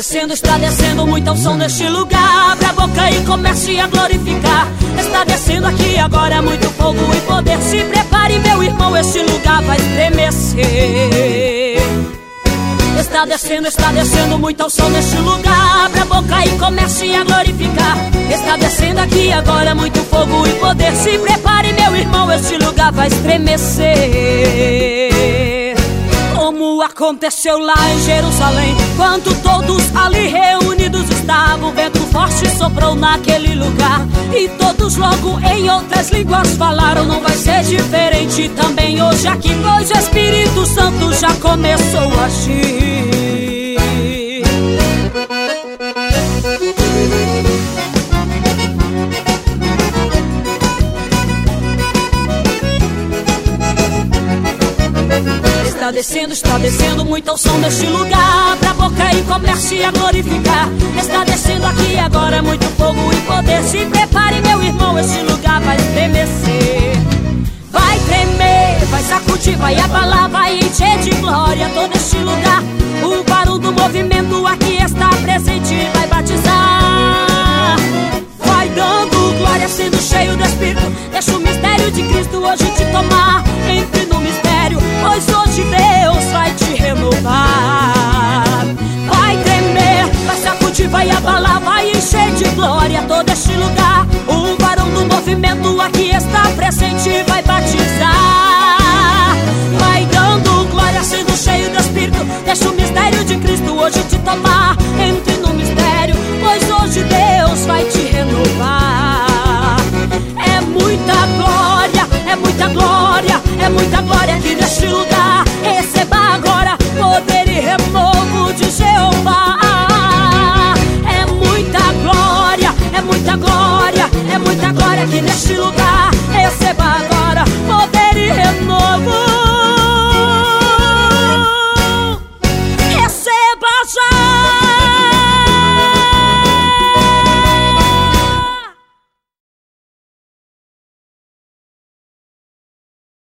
está descendo muito ao som deste lugar. Abre a boca e comece a glorificar. Está descendo aqui agora muito fogo e poder. Se prepare, meu irmão, este lugar vai estremecer. Está descendo muito ao som deste lugar. Abra a boca e comece a glorificar. Está descendo aqui agora muito fogo e poder. Se prepare, meu irmão, este lugar vai estremecer. Como aconteceu lá em Jerusalém, quando todos ali reunidos estavam, o vento forte soprou naquele lugar e todos logo em outras línguas falaram. Não vai ser diferente também hoje aqui, pois o Espírito Santo já começou a agir. Está descendo muito ao som deste lugar. Abra a boca e comece a glorificar. Está descendo aqui agora muito fogo e poder. Se prepare, meu irmão, este lugar vai estremecer. Vai tremer, vai sacudir, vai abalar, vai encher de glória todo este lugar. O barulho do movimento aqui está presente, vai batizar. Vai dando glória, sendo cheio do Espírito. Deixa o mistério de Cristo hoje te tomar. Entre no mistério, pois hoje Deus vai te renovar. Vai tremer, vai sacudir, vai abalar, vai encher de glória todo este lugar. O varão do movimento aqui está presente, vai batizar. Vai dando glória, sendo cheio do Espírito. Deixa o mistério de Cristo hoje te tomar. Entre no mistério, pois hoje Deus vai te renovar. É muita glória, é muita glória, é muita glória aqui neste lugar. Receba agora poder e renovo de Jeová. É muita glória, é muita glória, é muita glória aqui neste lugar. Receba agora